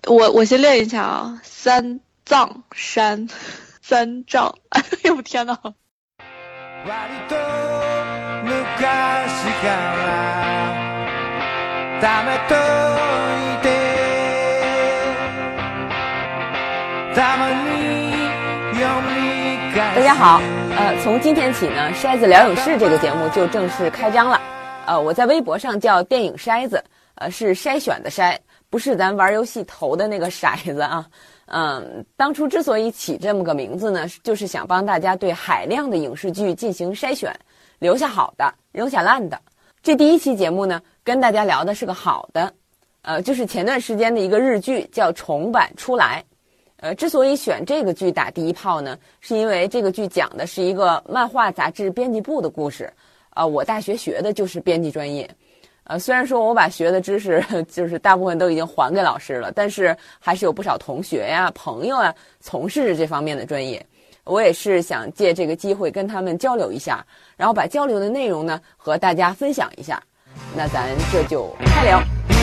我先练一下啊，三藏山，三藏，哎呦天哪！ 大家好，从今天起呢，筛子疗影室这个节目就正式开张了。我在微博上叫电影筛子，是筛选的筛，不是咱玩游戏投的那个骰子啊。当初之所以起这么个名字呢，就是想帮大家对海量的影视剧进行筛选，留下好的，扔下烂的。这第一期节目呢，跟大家聊的是个好的，就是前段时间的一个日剧叫《重版出来》。之所以选这个剧打第一炮呢，是因为这个剧讲的是一个漫画杂志编辑部的故事。我大学学的就是编辑专业。虽然说我把学的知识就是大部分都已经还给老师了，但是还是有不少同学呀、朋友啊从事这方面的专业。我也是想借这个机会跟他们交流一下，然后把交流的内容呢和大家分享一下。那咱这就开聊。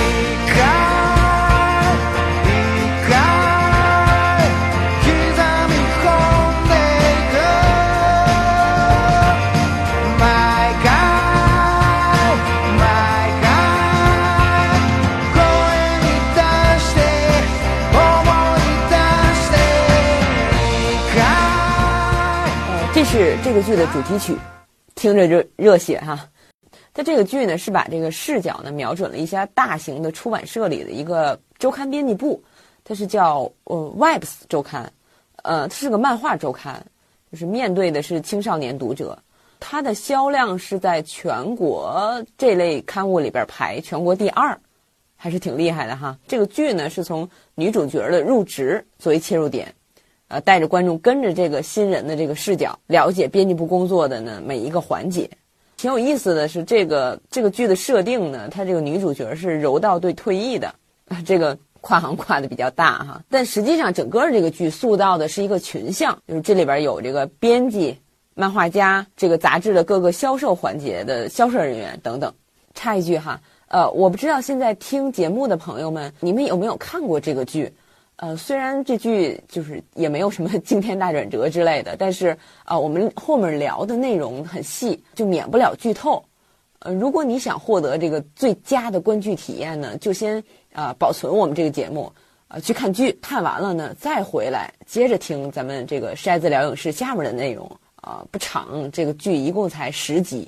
这是这个剧的主题曲，听着热血哈。它这个剧呢是把这个视角呢瞄准了一家大型的出版社里的一个周刊编辑部，它是叫Webs 周刊，它是个漫画周刊，就是面对的是青少年读者。它的销量是在全国这类刊物里边排全国第2，还是挺厉害的哈。这个剧呢是从女主角的入职作为切入点。带着观众跟着这个新人的这个视角，了解编辑部工作的呢每一个环节。挺有意思的是，这个剧的设定呢，它这个女主角是柔道队退役的，这个跨行跨的比较大哈。但实际上整个这个剧塑造的是一个群像，就是这里边有这个编辑、漫画家，这个杂志的各个销售环节的销售人员等等。插一句哈，我不知道现在听节目的朋友们，你们有没有看过这个剧？虽然这剧就是也没有什么惊天大转折之类的，但是我们后面聊的内容很细，就免不了剧透。如果你想获得这个最佳的观剧体验呢，就先保存我们这个节目，去看剧，看完了呢再回来接着听咱们这个筛子疗影室下面的内容。不长，这个剧一共才10集。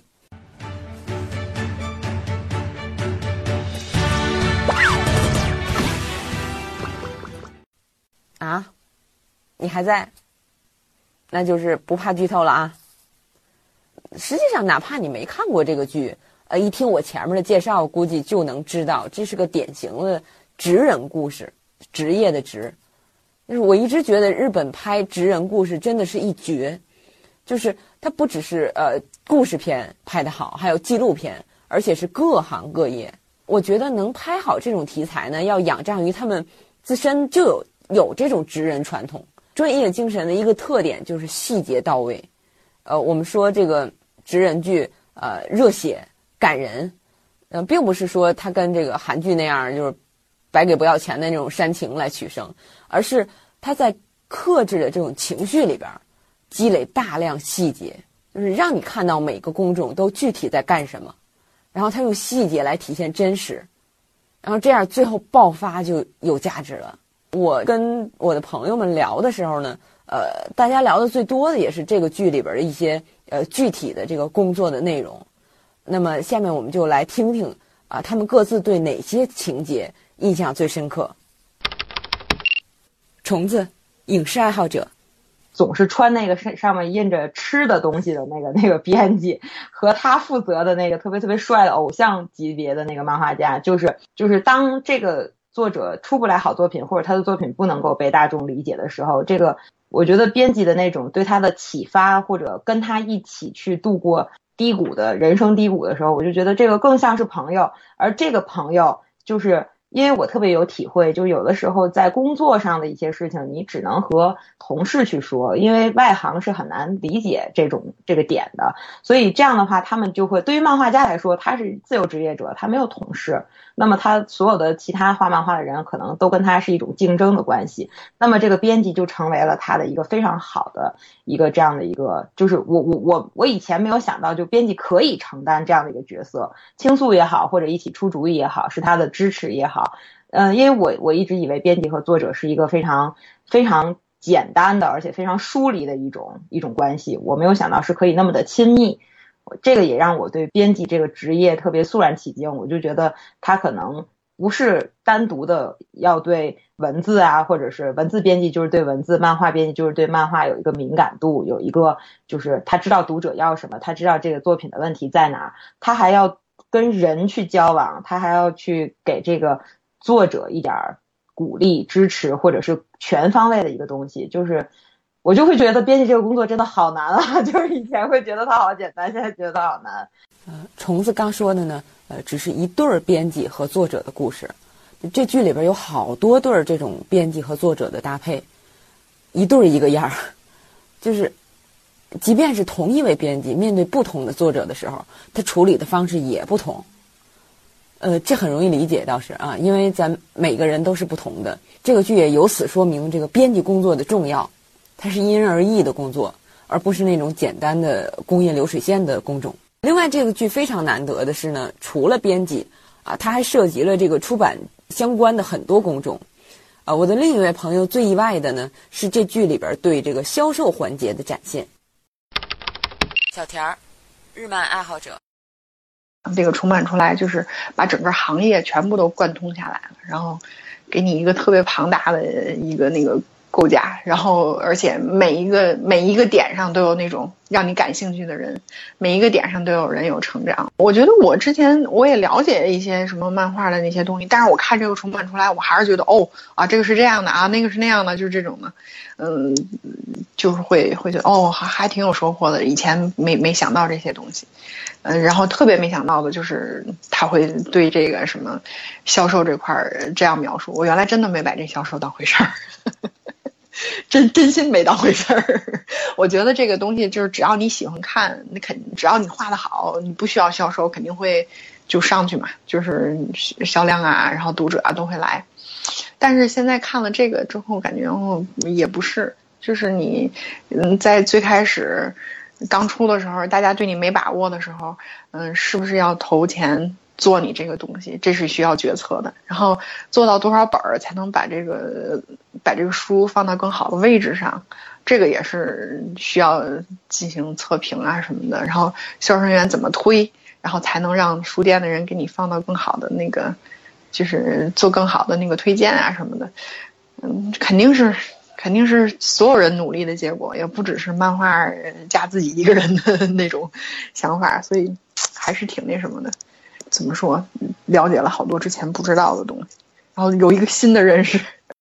啊，你还在？那就是不怕剧透了啊。实际上，哪怕你没看过这个剧，一听我前面的介绍，估计就能知道这是个典型的职人故事，职业的职。就是我一直觉得日本拍职人故事真的是一绝，就是它不只是故事片拍得好，还有纪录片，而且是各行各业。我觉得能拍好这种题材呢，要仰仗于他们自身就有这种职人传统，专业精神的一个特点就是细节到位。我们说这个职人剧，热血感人，并不是说它跟这个韩剧那样就是白给不要钱的那种煽情来取胜，而是它在克制的这种情绪里边积累大量细节，就是让你看到每个工种都具体在干什么，然后它用细节来体现真实，然后这样最后爆发就有价值了。我跟我的朋友们聊的时候呢，大家聊的最多的也是这个剧里边的一些具体的这个工作的内容。那么下面我们就来听听他们各自对哪些情节印象最深刻。虫子，影视爱好者， 总是穿那个上面印着吃的东西的那个编辑，和他负责的那个特别特别帅的偶像级别的那个漫画家，就是当这个作者出不来好作品，或者他的作品不能够被大众理解的时候，这个我觉得编辑的那种对他的启发，或者跟他一起去度过人生低谷的时候，我就觉得这个更像是朋友，而这个朋友就是因为我特别有体会，就有的时候在工作上的一些事情，你只能和同事去说，因为外行是很难理解这个点的。所以这样的话，他们就会对于漫画家来说，他是自由职业者，他没有同事，那么他所有的其他画漫画的人可能都跟他是一种竞争的关系。那么这个编辑就成为了他的一个非常好的一个这样的一个，就是我以前没有想到，就编辑可以承担这样的一个角色，倾诉也好，或者一起出主意也好，是他的支持也好。因为我一直以为编辑和作者是一个非常非常简单的，而且非常疏离的一种关系，我没有想到是可以那么的亲密。这个也让我对编辑这个职业特别肃然起敬，我就觉得他可能不是单独的要对文字啊，或者是文字编辑就是对文字，漫画编辑就是对漫画有一个敏感度，有一个就是他知道读者要什么，他知道这个作品的问题在哪，他还要跟人去交往，他还要去给这个作者一点鼓励支持，或者是全方位的一个东西。就是我就会觉得编辑这个工作真的好难啊，就是以前会觉得它好简单，现在觉得它好难。 虫子刚说的呢，只是一对编辑和作者的故事。这剧里边有好多对这种编辑和作者的搭配，一对一个样儿。就是即便是同一位编辑面对不同的作者的时候，他处理的方式也不同。这很容易理解倒是啊，因为咱每个人都是不同的。这个剧也由此说明这个编辑工作的重要，它是因人而异的工作，而不是那种简单的工业流水线的工种。另外，这个剧非常难得的是呢，除了编辑啊，它还涉及了这个出版相关的很多工种。我的另一位朋友最意外的呢，是这剧里边对这个销售环节的展现。小田儿，日漫爱好者。 这个重版出来就是把整个行业全部都贯通下来了，然后给你一个特别庞大的一个那个构架，然后而且每一个点上都有那种让你感兴趣的人，每一个点上都有人有成长。我觉得我之前我也了解一些什么漫画的那些东西，但是我看这个重版出来，我还是觉得这个是这样的啊，那个是那样的，就是这种的，就是会觉得还挺有收获的，以前没想到这些东西。然后特别没想到的就是他会对这个什么销售这块这样描述，我原来真的没把这销售当回事儿，真心没当回事儿。我觉得这个东西就是只要你喜欢看，只要你画得好，你不需要销售肯定会就上去嘛，就是销量啊，然后读者啊都会来。但是现在看了这个之后，感觉也不是，就是你在最开始刚出的时候，大家对你没把握的时候，是不是要投钱做你这个东西，这是需要决策的。然后做到多少本才能把这个书放到更好的位置上，这个也是需要进行测评啊什么的。然后销售人员怎么推，然后才能让书店的人给你放到更好的那个，就是做更好的那个推荐啊什么的。肯定是所有人努力的结果，也不只是漫画家自己一个人的那种想法，所以还是挺那什么的。怎么说，了解了好多之前不知道的东西，然后有一个新的认识。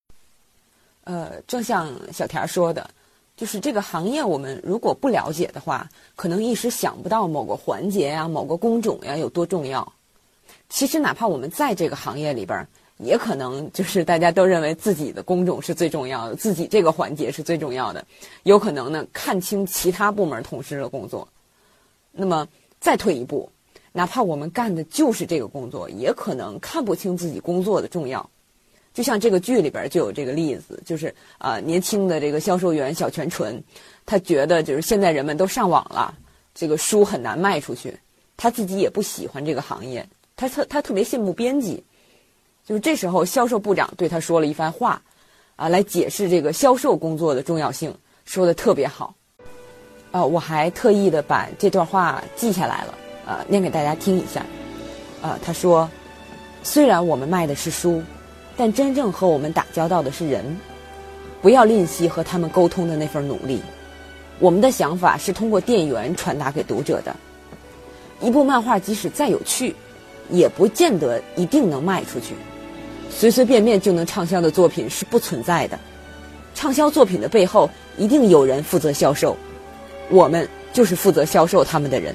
正像小田说的，就是这个行业我们如果不了解的话，可能一时想不到某个环节呀、某个工种呀有多重要。其实哪怕我们在这个行业里边，也可能就是大家都认为自己的工种是最重要的，自己这个环节是最重要的，有可能呢看清其他部门同事的工作。那么再退一步，哪怕我们干的就是这个工作，也可能看不清自己工作的重要。就像这个剧里边就有这个例子，就是年轻的这个销售员小泉纯，他觉得就是现在人们都上网了，这个书很难卖出去，他自己也不喜欢这个行业，他特别羡慕编辑。就是这时候销售部长对他说了一番话，来解释这个销售工作的重要性，说的特别好。我还特意的把这段话记下来了，念给大家听一下。他说，虽然我们卖的是书，但真正和我们打交道的是人，不要吝惜和他们沟通的那份努力。我们的想法是通过店员传达给读者的。一部漫画即使再有趣，也不见得一定能卖出去。随随便便就能畅销的作品是不存在的，畅销作品的背后一定有人负责销售，我们就是负责销售他们的人。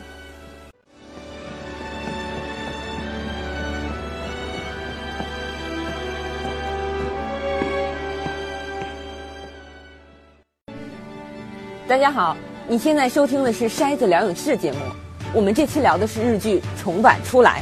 大家好，你现在收听的是筛子疗影室节目，我们这期聊的是日剧重版出来。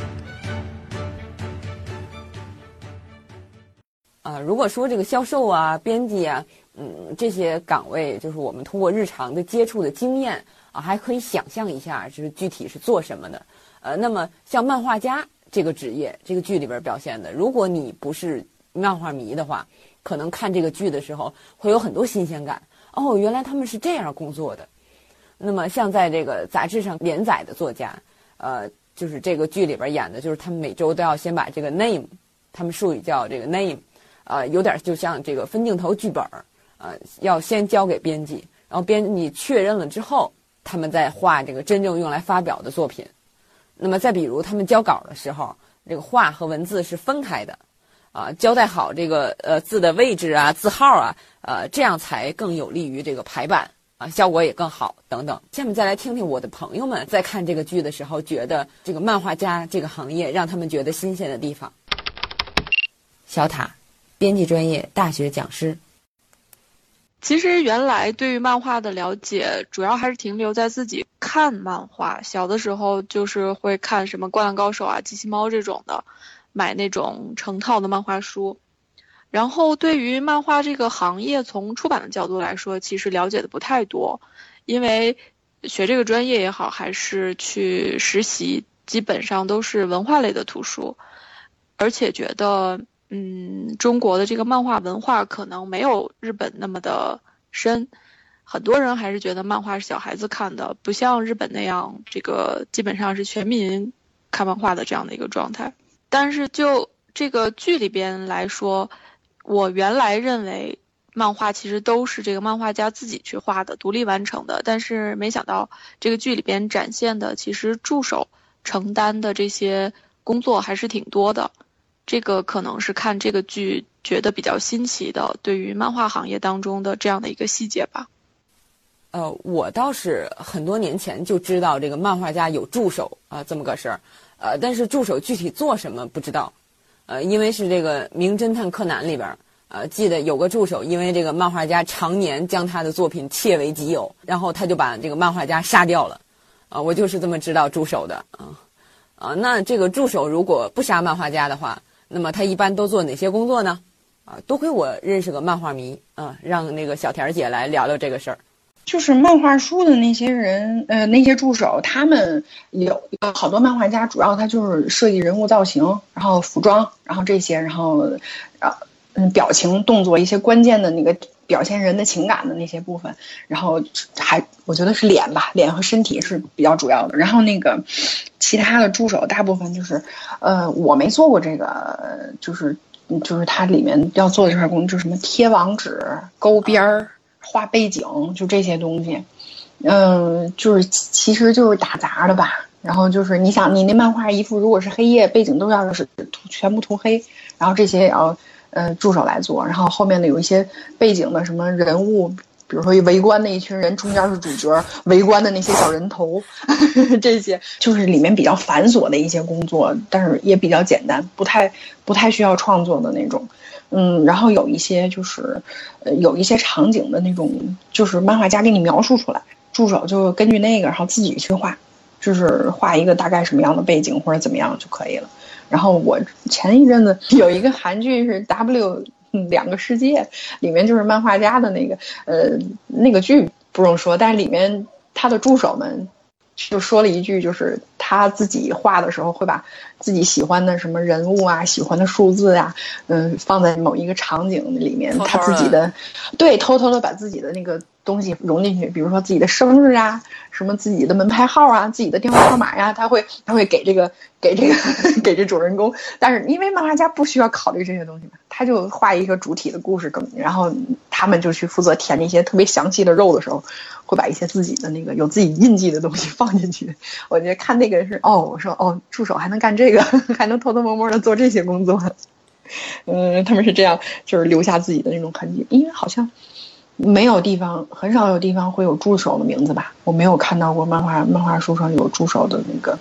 如果说这个销售啊、编辑啊，这些岗位，就是我们通过日常的接触的经验啊，还可以想象一下，就是具体是做什么的。那么像漫画家这个职业，这个剧里边表现的，如果你不是漫画迷的话，可能看这个剧的时候会有很多新鲜感。哦，原来他们是这样工作的。那么像在这个杂志上连载的作家，就是这个剧里边演的，就是他们每周都要先把这个 name， 他们术语叫这个 name， 有点就像这个分镜头剧本，要先交给编辑，然后编辑确认了之后，他们再画这个真正用来发表的作品。那么再比如他们交稿的时候，这个画和文字是分开的，交代好这个字的位置啊、字号啊，这样才更有利于这个排版啊，效果也更好等等。下面再来听听我的朋友们在看这个剧的时候，觉得这个漫画家这个行业让他们觉得新鲜的地方。小塔，编辑专业，大学讲师。 其实原来对于漫画的了解，主要还是停留在自己看漫画。小的时候就是会看什么《灌篮高手》啊、《机器猫》这种的，买那种成套的漫画书。然后对于漫画这个行业，从出版的角度来说，其实了解的不太多，因为学这个专业也好，还是去实习，基本上都是文化类的图书，而且觉得中国的这个漫画文化可能没有日本那么的深，很多人还是觉得漫画是小孩子看的，不像日本那样，这个基本上是全民看漫画的这样的一个状态。但是就这个剧里边来说，我原来认为漫画其实都是这个漫画家自己去画的，独立完成的，但是没想到这个剧里边展现的，其实助手承担的这些工作还是挺多的。这个可能是看这个剧觉得比较新奇的，对于漫画行业当中的这样的一个细节吧。 我倒是很多年前就知道这个漫画家有助手这么个事儿，但是助手具体做什么不知道。因为是这个《名侦探柯南》里边，记得有个助手，因为这个漫画家常年将他的作品窃为己有，然后他就把这个漫画家杀掉了。我就是这么知道助手的那这个助手如果不杀漫画家的话，那么他一般都做哪些工作呢？多亏我认识个漫画迷让那个小田姐来聊聊这个事儿。 就是漫画书的那些人，那些助手，他们有好多漫画家，主要他就是设计人物造型，然后服装，然后这些，然后表情、动作一些关键的那个表现人的情感的那些部分，然后我觉得是脸吧，脸和身体是比较主要的。然后那个其他的助手大部分就是我没做过这个，就是它里面要做的这块工作，就是什么贴网址、勾边儿、画背景，就这些东西。就是其实就是打杂的吧。然后就是你想，你那漫画一幅如果是黑夜，背景都要是全部涂黑，然后这些也要助手来做。然后后面的有一些背景的什么人物，比如说围观的一群人，中间是主角，围观的那些小人头这些就是里面比较繁琐的一些工作，但是也比较简单，不太需要创作的那种。然后有一些就是有一些场景的那种，就是漫画家给你描述出来，助手就根据那个然后自己去画，就是画一个大概什么样的背景或者怎么样就可以了。然后我前一阵子有一个韩剧是 W 两个世界，里面就是漫画家的那个剧不用说，但是里面他的助手们就说了一句，就是他自己画的时候会把自己喜欢的什么人物啊、喜欢的数字啊，放在某一个场景里面，他自己的偷偷的把自己的那个东西融进去，比如说自己的生日啊，什么自己的门牌号啊，自己的电话号码呀，他会给这主人公。但是因为漫画家不需要考虑这些东西嘛，他就画一个主体的故事梗，然后他们就去负责填那些特别详细的肉的时候，会把一些自己的那个有自己印记的东西放进去。我觉得看那个是我说助手还能干这个，还能偷偷摸摸的做这些工作。他们是这样，就是留下自己的那种痕迹，因为好像很少有地方会有助手的名字吧，我没有看到过漫画书上有助手的那个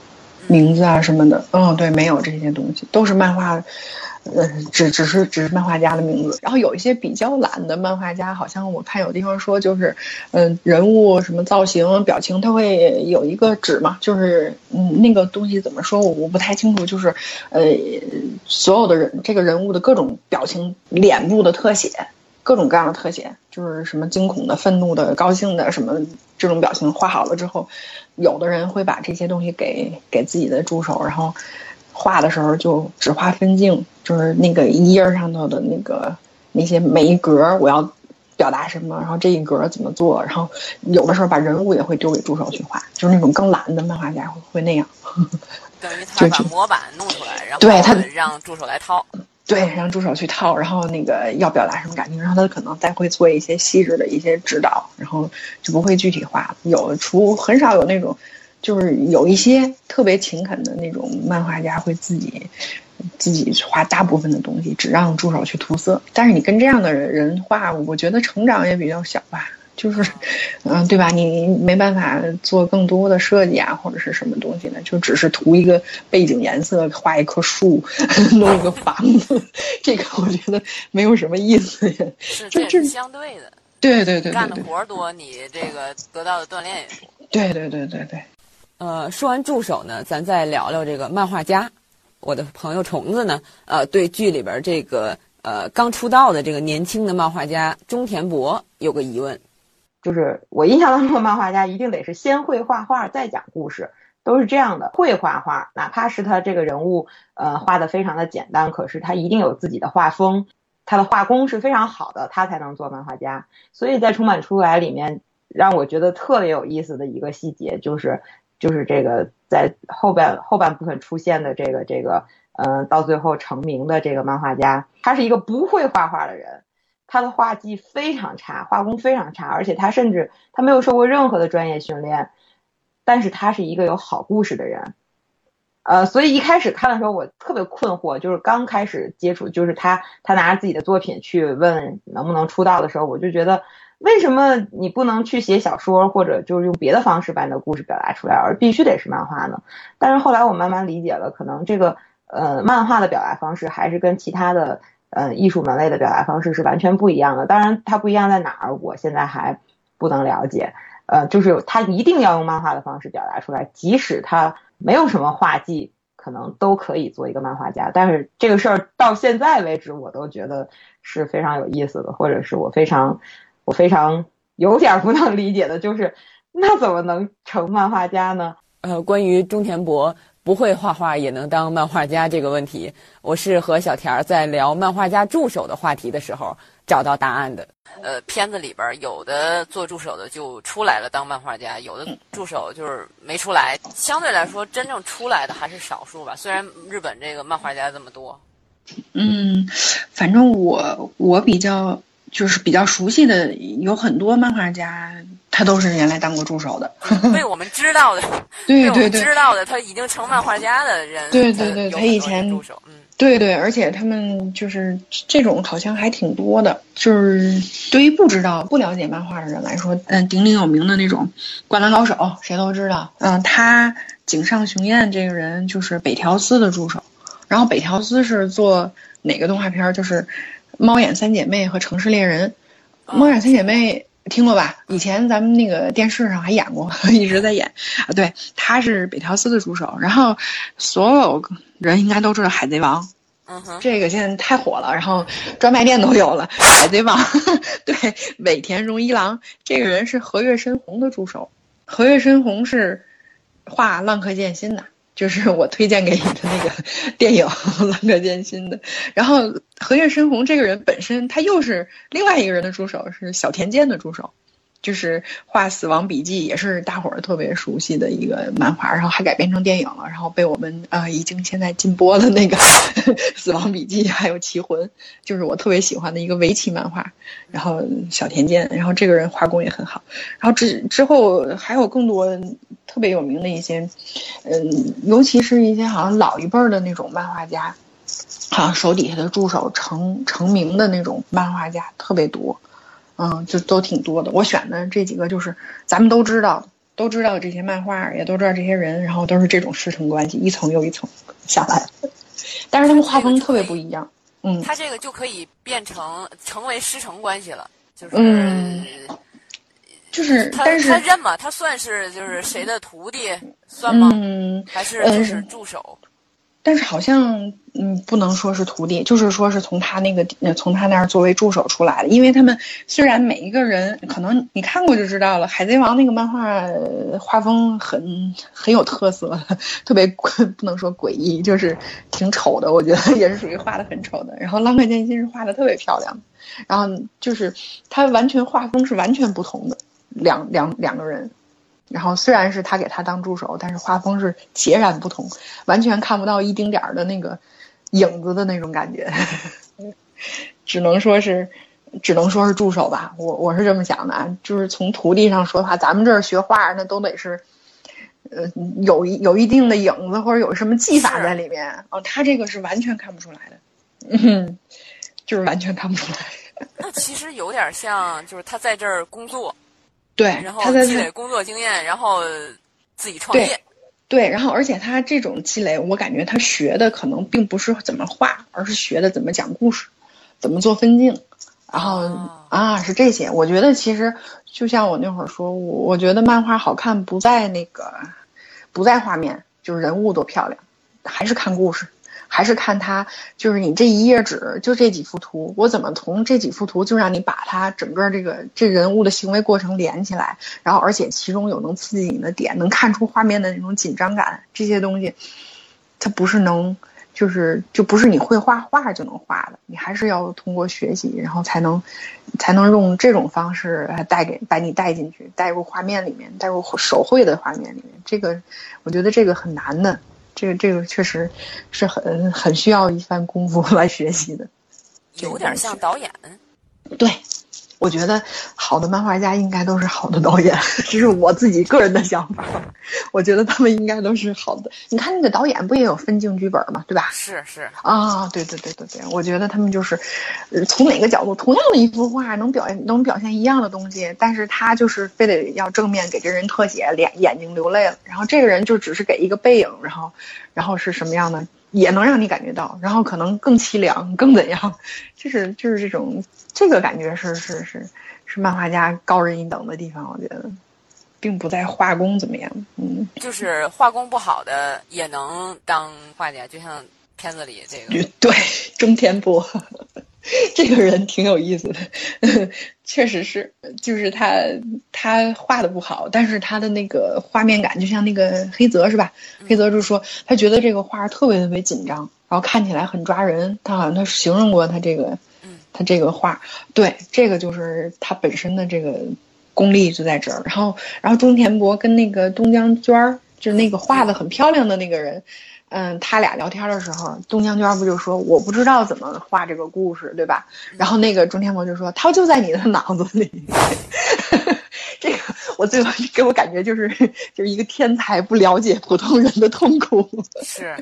名字啊什么的。对，没有这些东西，都是漫画。只是漫画家的名字。然后有一些比较懒的漫画家，好像我看有地方说，就是人物什么造型、表情，他会有一个纸嘛，就是那个东西怎么说我不太清楚，就是所有的这个人物的各种表情、脸部的特写，各种各样的特写，就是什么惊恐的、愤怒的、高兴的什么这种表情画好了之后，有的人会把这些东西给自己的助手，然后画的时候就只画分镜，就是那个一页上头的那些每一格我要表达什么，然后这一格怎么做，然后有的时候把人物也会丢给助手去画，就是那种更懒的漫画家会那样。 等于他把模板弄出来，然后对他让助手来套。 对，让助手去套，然后那个要表达什么感情，然后他可能再会做一些细致的一些指导，然后就不会具体化。很少有那种，就是有一些特别勤恳的那种漫画家会自己画大部分的东西，只让助手去涂色。但是你跟这样的人画，我觉得成长也比较小吧。就是对吧，你没办法做更多的设计啊或者是什么东西呢，就只是涂一个背景颜色，画一棵树，弄一个房子，这个我觉得没有什么意思呀。 这是相对的。 对， 干的活多，你这个得到的锻炼也多。 对。 说完助手呢，咱再聊聊这个漫画家。我的朋友虫子呢，对剧里边这个刚出道的这个年轻的漫画家中田博有个疑问。 就是我印象当中的漫画家一定得是先会画画再讲故事，都是这样的。会画画，哪怕是他这个人物画得非常的简单，可是他一定有自己的画风，他的画工是非常好的，他才能做漫画家。所以在重版出来里面，让我觉得特别有意思的一个细节就是这个在后半部分出现的这个到最后成名的这个漫画家，他是一个不会画画的人。他的画技非常差，画工非常差，而且他没有受过任何的专业训练，但是他是一个有好故事的人。所以一开始看的时候我特别困惑，就是刚开始接触，就是他拿着自己的作品去问能不能出道的时候，我就觉得为什么你不能去写小说，或者就是用别的方式把你的故事表达出来，而必须得是漫画呢？但是后来我慢慢理解了，可能这个漫画的表达方式还是跟其他的艺术门类的表达方式是完全不一样的。当然它不一样在哪儿，我现在还不能了解。就是他一定要用漫画的方式表达出来，即使他没有什么画技，可能都可以做一个漫画家。但是这个事儿到现在为止，我都觉得是非常有意思的，或者是我非常有点不能理解的，就是那怎么能成漫画家呢？ 关于中田博不会画画也能当漫画家这个问题，我是和小田在聊漫画家助手的话题的时候找到答案的。片子里边有的做助手的就出来了当漫画家，有的助手就是没出来，相对来说真正出来的还是少数吧。虽然日本这个漫画家这么多。 反正我比较熟悉的有很多漫画家，他都是原来当过助手的。 被我们知道的， 对， 知道的他已经成漫画家的人， 对，他以前助手， 对，而且他们就是这种好像还挺多的。就是对于不了解漫画的人来说，鼎鼎有名的那种灌篮高手谁都知道。他井上雄彦这个人就是北条司的助手，然后北条司是做哪个动画片，就是猫眼三姐妹和城市猎人。猫眼三姐妹听过吧？以前咱们那个电视上还演过，一直在演啊。对，他是北条司的助手。然后所有人应该都知道海贼王，这个现在太火了，然后专卖店都有了。海贼王对，尾田荣一郎这个人是和月伸宏的助手。和月伸宏是画浪客剑心的，就是我推荐给你的那个电影《浪客剑心》的。然后和月伸宏这个人本身他又是另外一个人的助手，是小田健的助手，就是画《死亡笔记》也是大伙儿特别熟悉的一个漫画，然后还改编成电影了，然后被我们已经现在禁播了那个《死亡笔记》还有《棋魂》，就是我特别喜欢的一个围棋漫画。然后小田健，然后这个人画工也很好。然后之后还有更多特别有名的一些尤其是一些好像老一辈的那种漫画家，好像手底下的助手成名的那种漫画家特别多。就都挺多的。我选的这几个就是咱们都知道的， 都知道这些漫画，也都知道这些人，然后都是这种师承关系，一层又一层下来。但是他们画风特别不一样。 他这个就可以成为师承关系了， 就是但是他认吗？他算是就是谁的徒弟算吗？还是就是助手？ 但是好像不能说是徒弟，就是说是从他那儿作为助手出来的。因为他们虽然每一个人可能你看过就知道了，海贼王那个漫画画风很有特色，特别不能说诡异，就是挺丑的，我觉得也是属于画的很丑的。然后浪客剑心是画的特别漂亮，然后就是他完全画风是完全不同的两个人。然后虽然是他给他当助手，但是画风是截然不同，完全看不到一丁点儿的那个影子的那种感觉。只能说是助手吧，我是这么想的啊。就是从徒弟上说的话，咱们这儿学画那都得是有一定的影子或者有什么技法在里面哦，他这个是完全看不出来的。就是完全看不出来。 那其实有点像就是他在这儿工作， 对， 然后积累工作经验，然后自己创业。 对，然后而且他这种积累，我感觉他学的可能并不是怎么画，而是学的怎么讲故事，怎么做分镜，然后是这些。我觉得其实就像我那会儿说，我觉得漫画好看不在画面，就是人物多漂亮，还是看故事。还是看他，就是你这一页纸就这几幅图，我怎么从这几幅图就让你把他整个这人物的行为过程连起来，然后而且其中有能刺激你的点，能看出画面的那种紧张感，这些东西，它不是就不是你会画画就能画的，你还是要通过学习，然后才能用这种方式把你带进去，带入画面里面，带入手绘的画面里面。这个我觉得这个很难的。这个确实是很需要一番功夫来学习的， 有点像导演。 对，我觉得好的漫画家应该都是好的导演，这是我自己个人的想法。我觉得他们应该都是好的。你看那个导演不也有分镜剧本吗？对吧？ 是啊，对，我觉得他们就是从哪个角度，同样的一幅画能表现一样的东西，但是他就是非得要正面给这人特写，眼睛流泪了，然后这个人就只是给一个背影，然后是什么样的也能让你感觉到，然后可能更凄凉，更怎样，就是这种这个感觉是漫画家高人一等的地方，我觉得。并不在画工怎么样， 就是画工不好的也能当画家，就像片子里这个。 对，中田波，这个人挺有意思的，确实是，就是他画的不好，但是他的那个画面感，就像那个黑泽是吧？黑泽就说他觉得这个画特别特别紧张，然后看起来很抓人，他好像他形容过他这个画，对，这个就是他本身的这个。功力就在这儿，然后中田博跟那个东江娟就是那个画的很漂亮的那个人，他俩聊天的时候，东江娟不就说我不知道怎么画这个故事，对吧？然后那个中田博就说他就在你的脑子里。这个我最后给我感觉就是一个天才不了解普通人的痛苦。 是，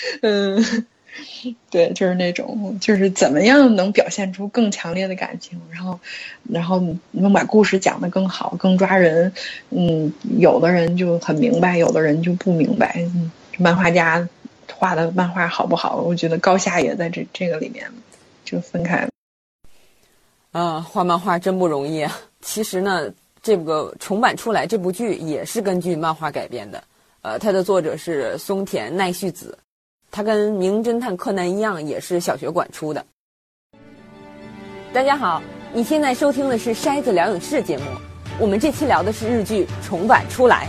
对，就是那种，就是怎么样能表现出更强烈的感情，然后能把故事讲得更好、更抓人。有的人就很明白，有的人就不明白。漫画家画的漫画好不好，我觉得高下也在这个里面就分开了。 画漫画真不容易啊！其实呢，这个重版出来这部剧也是根据漫画改编的。它的作者是松田奈绪子。他跟名侦探柯南一样，也是小学馆出的。大家好，你现在收听的是筛子聊影视节目，我们这期聊的是日剧重版出来。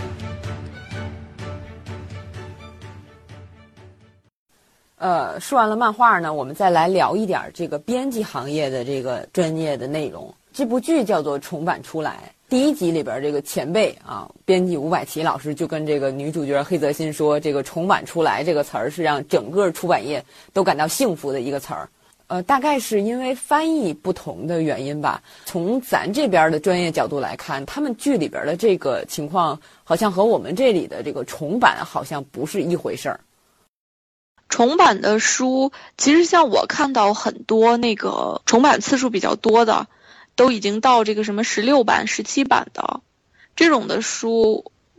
说完了漫画呢，我们再来聊一点这个编辑行业的这个专业的内容。这部剧叫做重版出来。第一集里边这个前辈啊，编辑伍百奇老师就跟这个女主角黑泽心说，这个重版出来这个词儿是让整个出版业都感到幸福的一个词儿。大概是因为翻译不同的原因吧。从咱这边的专业角度来看，他们剧里边的这个情况好像和我们这里的这个重版好像不是一回事儿。 重版的书，其实像我看到很多那个重版次数比较多的，都已经到这个什么16版、17版的这种的书，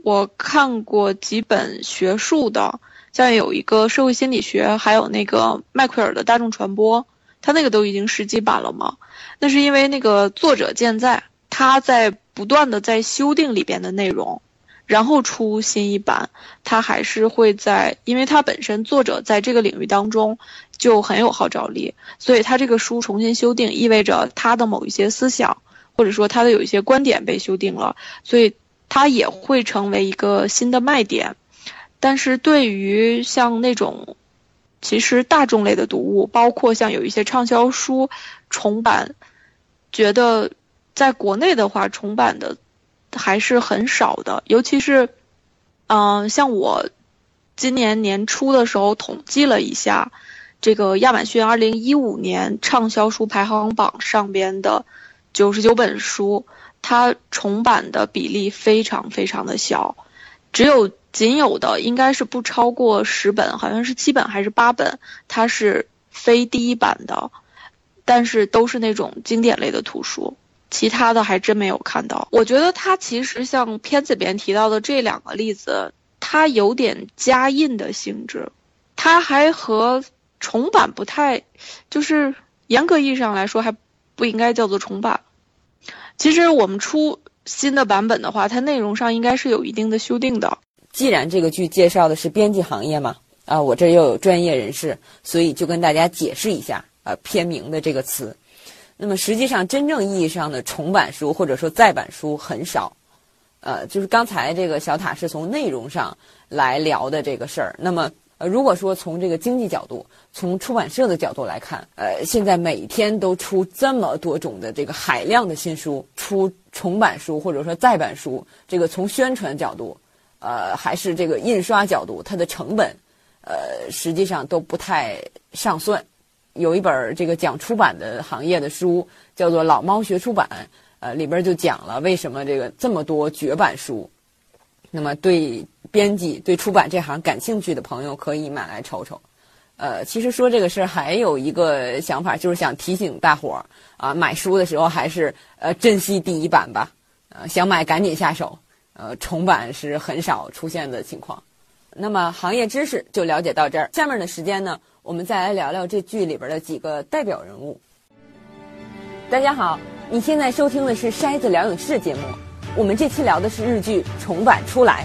我看过几本学术的，像有一个社会心理学，还有那个迈奎尔的大众传播，他那个都已经10几版了嘛。那是因为那个作者健在，他在不断的在修订里边的内容，然后出新一版，他还是会因为他本身作者在这个领域当中就很有号召力，所以他这个书重新修订，意味着他的某一些思想，或者说他的有一些观点被修订了，所以它也会成为一个新的卖点。但是对于像那种其实大众类的读物，包括像有一些畅销书重版，觉得在国内的话重版的还是很少的，尤其是像我今年年初的时候统计了一下这个亚马逊2015年畅销书排行榜上边的99本书，它重版的比例非常非常的小，仅有的应该是不超过10本，好像是7本还是8本，它是非第一版的，但是都是那种经典类的图书，其他的还真没有看到。我觉得它其实像片子里边提到的这2个例子，它有点加印的性质，它还和重版不太，就是严格意义上来说还不应该叫做重版。其实我们出新的版本的话，它内容上应该是有一定的修订的。 既然这个剧介绍的是编辑行业嘛，我这又有专业人士，所以就跟大家解释一下片名的这个词。那么实际上真正意义上的重版书或者说再版书很少，就是刚才这个小塔是从内容上来聊的这个事儿。那么如果说从这个经济角度，从出版社的角度来看，现在每天都出这么多种的这个海量的新书，出重版书或者说再版书，这个从宣传角度还是这个印刷角度，它的成本实际上都不太上算。有一本这个讲出版的行业的书叫做《老猫学出版》，里边就讲了为什么这么多绝版书。那么对编辑对出版这行感兴趣的朋友可以买来瞅瞅。其实说这个事还有一个想法，就是想提醒大伙儿买书的时候还是珍惜第一版吧，想买赶紧下手，重版是很少出现的情况。那么行业知识就了解到这儿，下面的时间呢，我们再来聊聊这剧里边的几个代表人物。大家好，你现在收听的是筛子聊影视节目，我们这期聊的是日剧重版出来。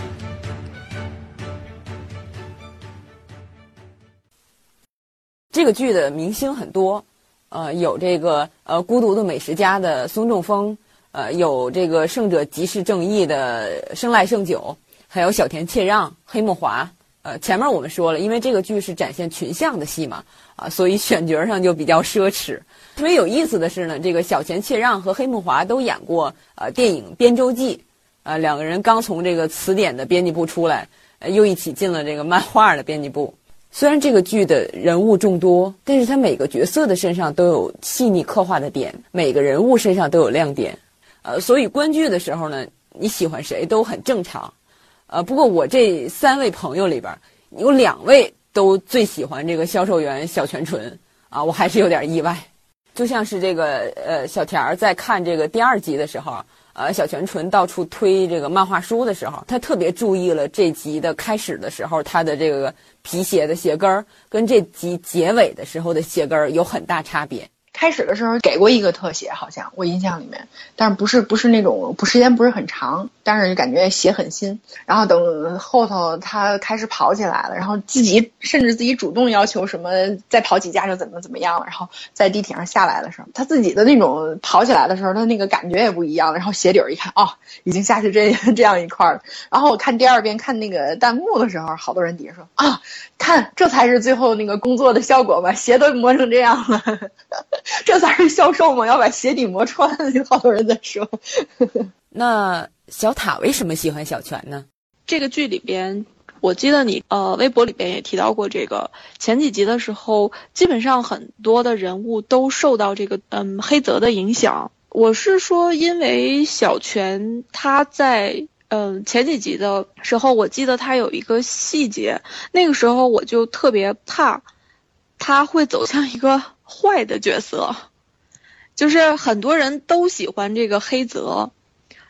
这个剧的明星很多，有这个孤独的美食家的松中丰，有这个胜者即是正义的生赖胜久，还有小田切让、黑木华。前面我们说了，因为这个剧是展现群像的戏嘛，所以选角上就比较奢侈。特别有意思的是呢，这个小田切让和黑木华都演过电影《编舟记》，两个人刚从这个词典的编辑部出来，又一起进了这个漫画的编辑部。虽然这个剧的人物众多，但是他每个角色的身上都有细腻刻画的点，每个人物身上都有亮点，所以观剧的时候呢，你喜欢谁都很正常。不过我这3位朋友里边，有2位都最喜欢这个销售员小泉纯我还是有点意外。就像是这个小田儿在看这个第2集的时候，小泉纯到处推这个漫画书的时候，他特别注意了这集的开始的时候他的这个皮鞋的鞋跟跟这集结尾的时候的鞋跟有很大差别。 开始的时候给过一个特写，好像我印象里面，但是不是那种时间不是很长，但是感觉鞋很新。然后等后头他开始跑起来了，然后甚至自己主动要求什么再跑几家就怎么样了，然后在地铁上下来的时候，他自己的那种跑起来的时候，他那个感觉也不一样了。然后鞋底儿一看，已经下去这样一块了。然后我看第2遍看那个弹幕的时候，好多人底下说看这才是最后那个工作的效果吧，鞋都磨成这样了。这才是销售嘛，要把鞋底磨穿，有好多人在说。 那小塔为什么喜欢小泉呢？ 这个剧里边，我记得你微博里边也提到过这个，前几集的时候，基本上很多的人物都受到这个黑泽的影响。我是说，因为小泉他在前几集的时候，我记得他有一个细节，那个时候我就特别怕他会走向一个坏的角色，就是很多人都喜欢这个黑泽，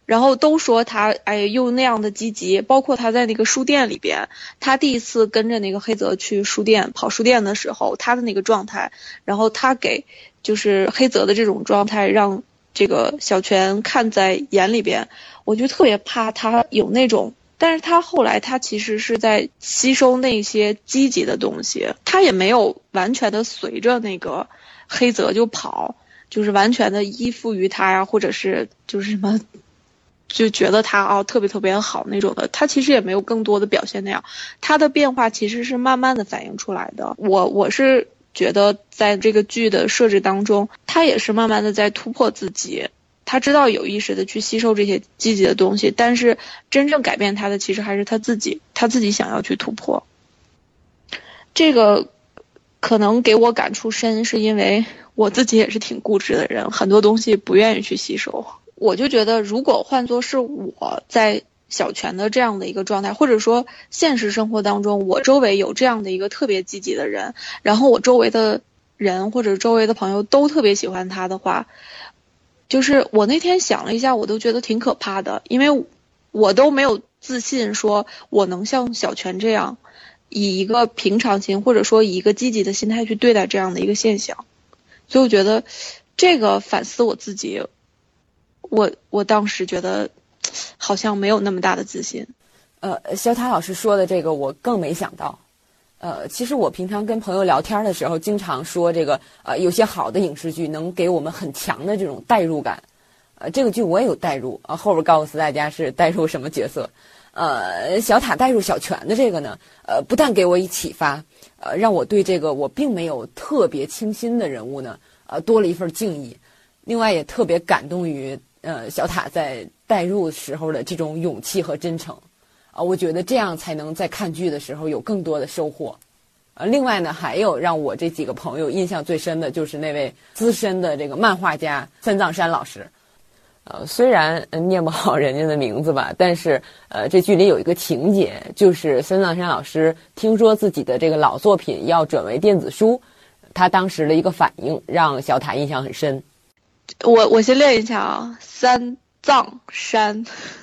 然后都说他又那样的积极，包括他在那个书店里边，他第一次跟着那个黑泽去书店跑书店的时候，他的那个状态，然后他给就是黑泽的这种状态让这个小泉看在眼里边，我就特别怕他有那种，但是他后来他其实是在吸收那些积极的东西，他也没有完全的随着那个黑泽就跑，就是完全的依附于他呀，或者是就是什么就觉得他特别特别好那种的，他其实也没有更多的表现那样，他的变化其实是慢慢的反映出来的。我是觉得在这个剧的设置当中，他也是慢慢的在突破自己，他知道有意识的去吸收这些积极的东西，但是真正改变他的其实还是他自己想要去突破。这个可能给我感触深，是因为我自己也是挺固执的人，很多东西不愿意去吸收。我就觉得如果换作是我在小泉的这样的一个状态，或者说现实生活当中我周围有这样的一个特别积极的人，然后我周围的人或者周围的朋友都特别喜欢他的话，就是我那天想了一下，我都觉得挺可怕的，因为我都没有自信说我能像小泉这样以一个平常心或者说以一个积极的心态去对待这样的一个现象。所以我觉得这个反思我自己，我当时觉得好像没有那么大的自信。 小塔老师说的这个我更没想到。其实我平常跟朋友聊天的时候经常说这个有些好的影视剧能给我们很强的这种代入感。这个剧我也有代入后边告诉大家是代入什么角色。小塔代入小泉的这个呢，不但给我以启发，让我对这个我并没有特别倾心的人物呢，多了一份敬意。另外也特别感动于小塔在代入时候的这种勇气和真诚。我觉得这样才能在看剧的时候有更多的收获。另外呢，还有让我这几个朋友印象最深的就是那位资深的这个漫画家三藏山老师。虽然念不好人家的名字吧，但是这剧里有一个情节，就是三藏山老师听说自己的这个老作品要转为电子书，他当时的一个反应让小塔印象很深。 我先练一下啊，三藏山。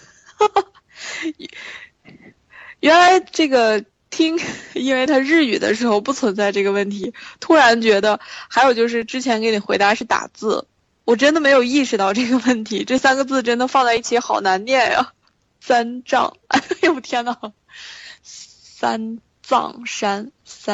原来这个听，因为他日语的时候不存在这个问题，突然觉得还有就是之前给你回答是打字，我真的没有意识到这个问题，这三个字真的放在一起好难念呀。三藏，哎呦天哪，三藏山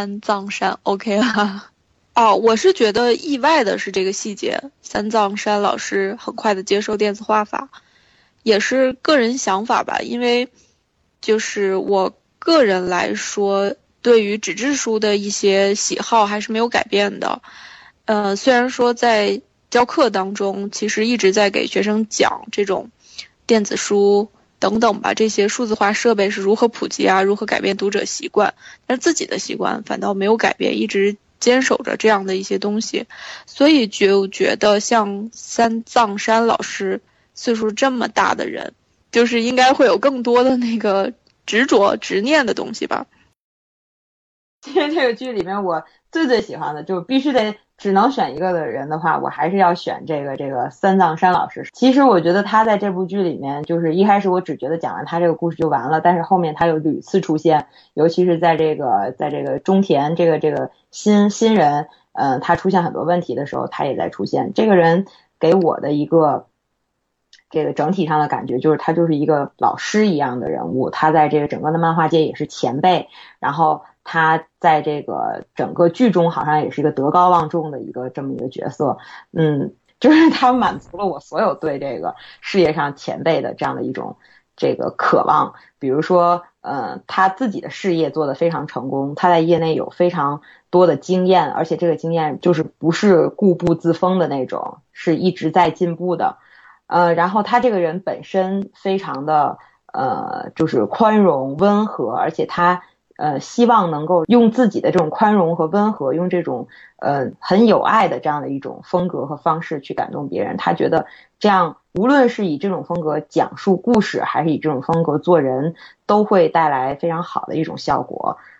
，OK 啦。我是觉得意外的是这个细节，三藏山老师很快的接受电子画法，也是个人想法吧，因为就是我个人来说，对于纸质书的一些喜好还是没有改变的。虽然说在教课当中，其实一直在给学生讲这种电子书等等吧，这些数字化设备是如何普及啊，如何改变读者习惯，但是自己的习惯反倒没有改变，一直坚守着这样的一些东西，所以就觉得像三藏山老师岁数这么大的人，就是应该会有更多的那个执着执念的东西吧。 其实这个剧里面我最喜欢的就是必须得只能选一个的人的话，我还是要选这个三藏山老师。其实我觉得他在这部剧里面，就是一开始我只觉得讲完他这个故事就完了，但是后面他有屡次出现，尤其是在这个中田这个新人，他出现很多问题的时候，他也在出现。这个人给我的一个这个整体上的感觉就是他就是一个老师一样的人物，他在这个整个的漫画界也是前辈，然后他在这个整个剧中好像也是一个德高望重的这么一个角色。就是他满足了我所有对这个事业上前辈的这样的一种这个渴望。比如说他自己的事业做得非常成功，他在业内有非常多的经验，而且这个经验就是不是固步自封的那种，是一直在进步的。然后他这个人本身非常的就是宽容温和，而且他希望能够用自己的这种宽容和温和，用这种很有爱的这样的一种风格和方式去感动别人。他觉得这样无论是以这种风格讲述故事，还是以这种风格做人，都会带来非常好的一种效果。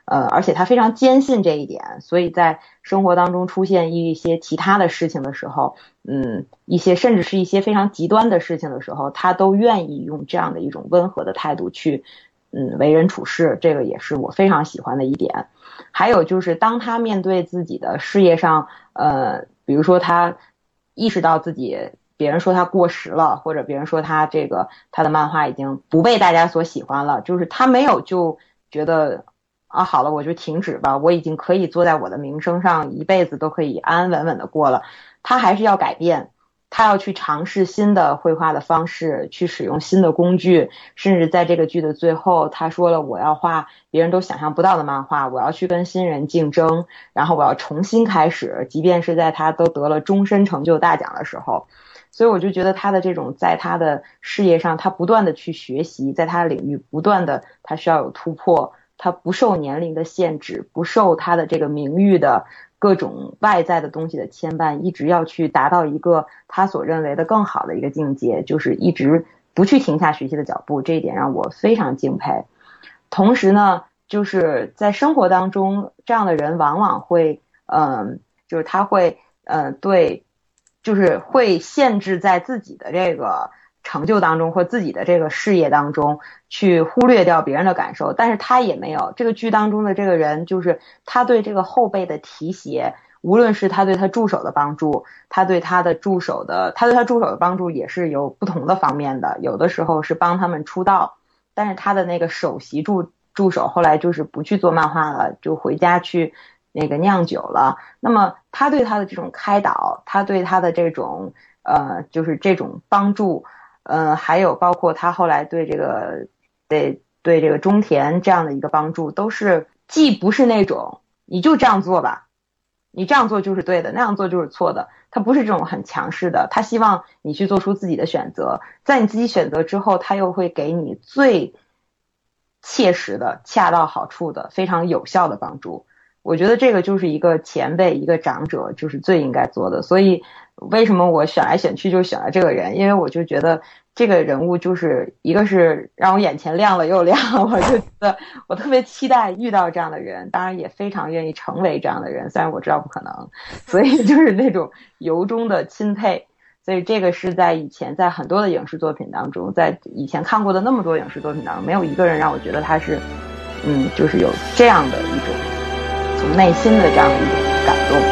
而且他非常坚信这一点，所以在生活当中出现一些其他的事情的时候，甚至是一些非常极端的事情的时候，他都愿意用这样的一种温和的态度去为人处事，这个也是我非常喜欢的一点。还有就是当他面对自己的事业上，比如说他意识到自己别人说他过时了，或者别人说他的漫画已经不被大家所喜欢了，就是他没有就觉得好了我就停止吧，我已经可以坐在我的名声上一辈子都可以安安稳稳的过了，他还是要改变，他要去尝试新的绘画的方式，去使用新的工具，甚至在这个剧的最后他说了我要画别人都想象不到的漫画，我要去跟新人竞争，然后我要重新开始，即便是在他都得了终身成就大奖的时候。所以我就觉得他的这种在他的事业上他不断的去学习，在他的领域不断的他需要有突破，他不受年龄的限制，不受他的这个名誉的各种外在的东西的牵绊，一直要去达到一个他所认为的更好的一个境界，就是一直不去停下学习的脚步，这一点让我非常敬佩。同时呢，就是在生活当中这样的人往往会就是他会就是会限制在自己的这个成就当中或自己的这个事业当中去忽略掉别人的感受，但是他也没有，这个剧当中的这个人就是他对这个后辈的提携，无论是他对他助手的帮助，他对他助手的帮助也是有不同的方面的，有的时候是帮他们出道，但是他的那个首席助手后来就是不去做漫画了，就回家去酿酒了。那么他对他的这种开导，他对他的这种就是这种帮助，还有包括他后来对这个中田这样的一个帮助，都是既不是那种你就这样做吧，你这样做就是对的，那样做就是错的，他不是这种很强势的，他希望你去做出自己的选择，在你自己选择之后，他又会给你最切实的恰到好处的非常有效的帮助。我觉得这个就是一个前辈一个长者就是最应该做的，所以为什么我选来选去就选了这个人，因为我就觉得这个人物就是一个是让我眼前亮了又亮，我就觉得我特别期待遇到这样的人，当然也非常愿意成为这样的人，虽然我知道不可能，所以就是那种由衷的钦佩。所以这个是在以前在很多的影视作品当中，在以前看过的那么多影视作品当中，没有一个人让我觉得他是就是有这样的一种从内心的这样的一种感动。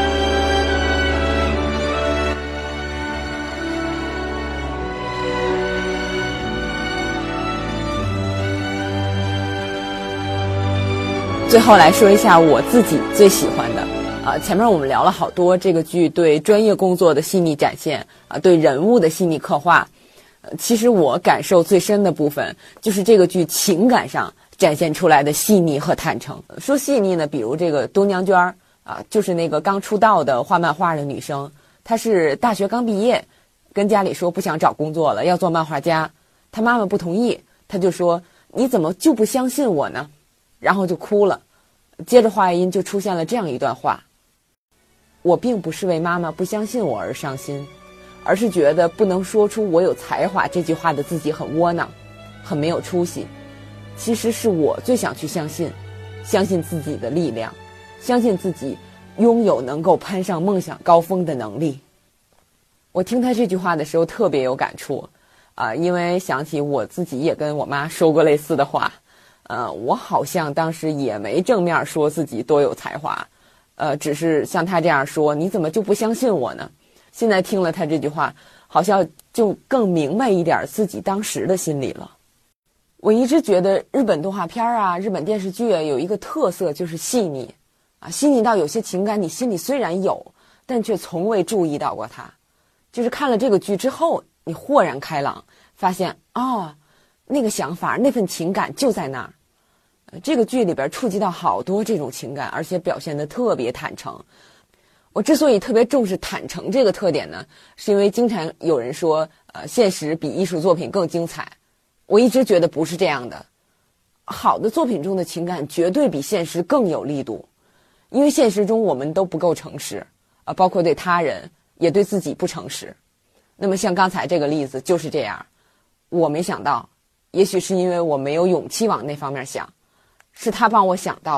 最后来说一下我自己最喜欢的前面我们聊了好多这个剧对专业工作的细腻展现对人物的细腻刻画，其实我感受最深的部分就是这个剧情感上展现出来的细腻和坦诚。说细腻呢，比如这个多娘娟就是那个刚出道的画漫画的女生，她是大学刚毕业，跟家里说不想找工作了，要做漫画家，她妈妈不同意，她就说你怎么就不相信我呢？然后就哭了，接着话音就出现了这样一段话：我并不是为妈妈不相信我而伤心，而是觉得不能说出我有才华这句话的自己很窝囊，很没有出息。其实是我最想去相信自己的力量，相信自己拥有能够攀上梦想高峰的能力。我听他这句话的时候特别有感触因为想起我自己也跟我妈说过类似的话。我好像当时也没正面说自己多有才华，只是像他这样说，你怎么就不相信我呢？现在听了他这句话，好像就更明白一点自己当时的心理了。我一直觉得日本动画片日本电视剧有一个特色，就是细腻细腻到有些情感你心里虽然有，但却从未注意到过它。就是看了这个剧之后，你豁然开朗，发现那个想法那份情感就在那儿。这个剧里边触及到好多这种情感，而且表现得特别坦诚。我之所以特别重视坦诚这个特点呢，是因为经常有人说现实比艺术作品更精彩。我一直觉得不是这样的，好的作品中的情感绝对比现实更有力度，因为现实中我们都不够诚实包括对他人也对自己不诚实。那么像刚才这个例子就是这样，我没想到，也许是因为我没有勇气往那方面想，是他帮我想到了，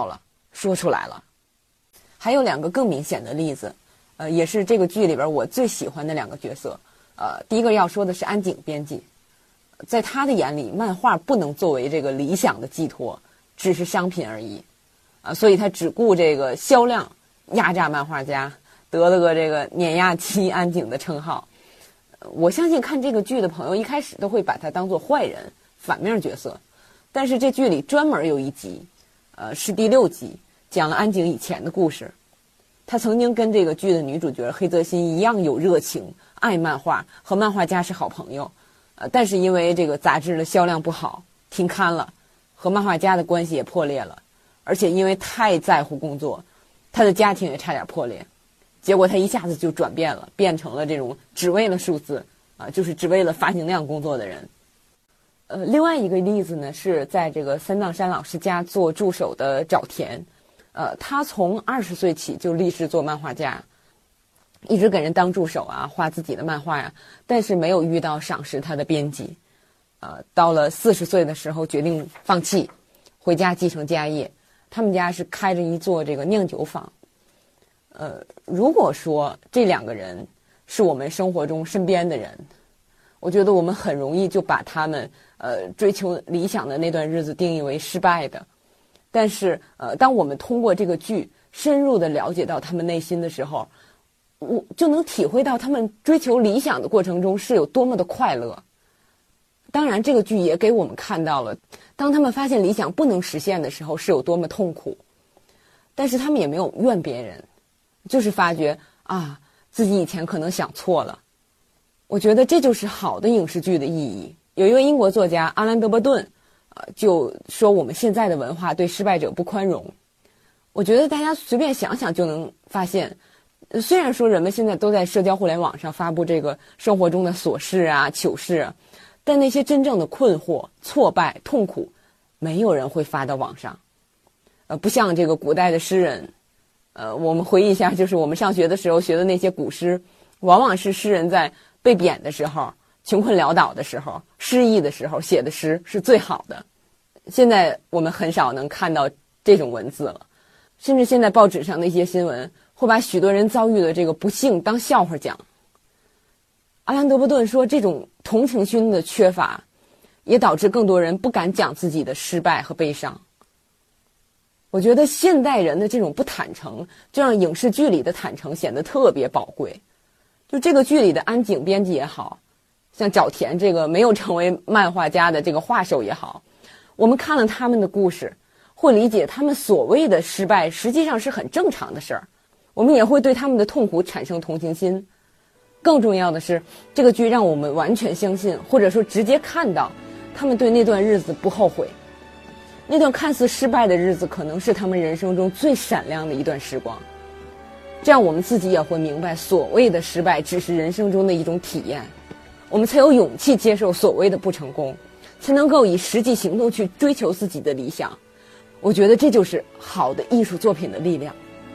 说出来了。还有2个更明显的例子，也是这个剧里边我最喜欢的2个角色。第一个要说的是安井编辑，在他的眼里，漫画不能作为这个理想的寄托，只是商品而已，所以他只顾这个销量，压榨漫画家，得了个这个碾压机安井的称号。我相信看这个剧的朋友一开始都会把他当作坏人、反面角色，但是这剧里专门有一集，是第6集，讲了安井以前的故事。他曾经跟这个剧的女主角黑泽心一样有热情，爱漫画，和漫画家是好朋友。但是因为这个杂志的销量不好，停刊了，和漫画家的关系也破裂了。而且因为太在乎工作，他的家庭也差点破裂。结果他一下子就转变了，变成了这种只为了数字就是只为了发行量工作的人。另外一个例子呢，是在这个三藏山老师家做助手的沼田。他从20岁起就立志做漫画家，一直给人当助手画自己的漫画但是没有遇到赏识他的编辑。到了40岁的时候决定放弃，回家继承家业。他们家是开着一座这个酿酒坊。如果说这2个人是我们生活中身边的人，我觉得我们很容易就把他们追求理想的那段日子定义为失败的。但是当我们通过这个剧深入的了解到他们内心的时候，我就能体会到他们追求理想的过程中是有多么的快乐。当然这个剧也给我们看到了当他们发现理想不能实现的时候是有多么痛苦，但是他们也没有怨别人，就是发觉自己以前可能想错了。我觉得这就是好的影视剧的意义。有一位英国作家阿兰·德伯顿就说我们现在的文化对失败者不宽容。我觉得大家随便想想就能发现，虽然说人们现在都在社交互联网上发布这个生活中的琐事糗事但那些真正的困惑、挫败、痛苦，没有人会发到网上。不像这个古代的诗人，我们回忆一下，就是我们上学的时候学的那些古诗，往往是诗人在被贬的时候、穷困潦倒的时候、失意的时候写的诗是最好的。现在我们很少能看到这种文字了，甚至现在报纸上的一些新闻会把许多人遭遇的这个不幸当笑话讲。阿兰·德伯顿说，这种同情心的缺乏也导致更多人不敢讲自己的失败和悲伤。我觉得现代人的这种不坦诚，就让影视剧里的坦诚显得特别宝贵。就这个剧里的安井编辑也好，像沼田这个没有成为漫画家的这个画手也好，我们看了他们的故事，会理解他们所谓的失败实际上是很正常的事儿，我们也会对他们的痛苦产生同情心。更重要的是，这个剧让我们完全相信，或者说直接看到他们对那段日子不后悔。那段看似失败的日子可能是他们人生中最闪亮的一段时光。这样我们自己也会明白，所谓的失败只是人生中的一种体验，我们才有勇气接受所谓的不成功，才能够以实际行动去追求自己的理想。我觉得这就是好的艺术作品的力量。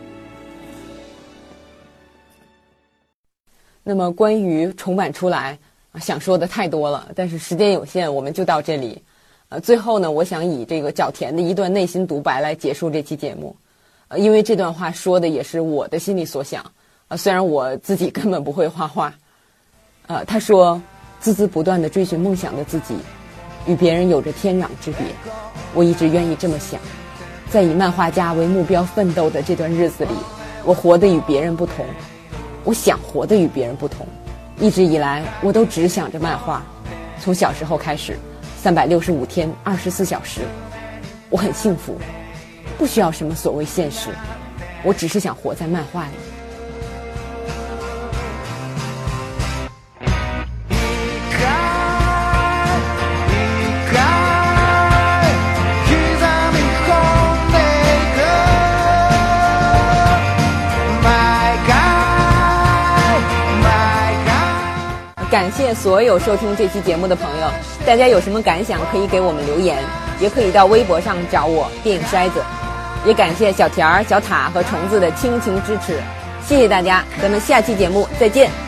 那么关于重版出来想说的太多了，但是时间有限，我们就到这里。最后呢，我想以这个沼田的一段内心独白来结束这期节目。因为这段话说的也是我的心里所想。虽然我自己根本不会画画。他说，孜孜不断地追寻梦想的自己，与别人有着天壤之别。我一直愿意这么想，在以漫画家为目标奋斗的这段日子里，我活得与别人不同。我想活得与别人不同。一直以来，我都只想着漫画。从小时候开始，365天，24小时。我很幸福，不需要什么所谓现实，我只是想活在漫画里。感谢所有收听这期节目的朋友，大家有什么感想可以给我们留言，也可以到微博上找我电影筛子。也感谢小田儿、小塔和虫子的倾情支持，谢谢大家，咱们下期节目再见。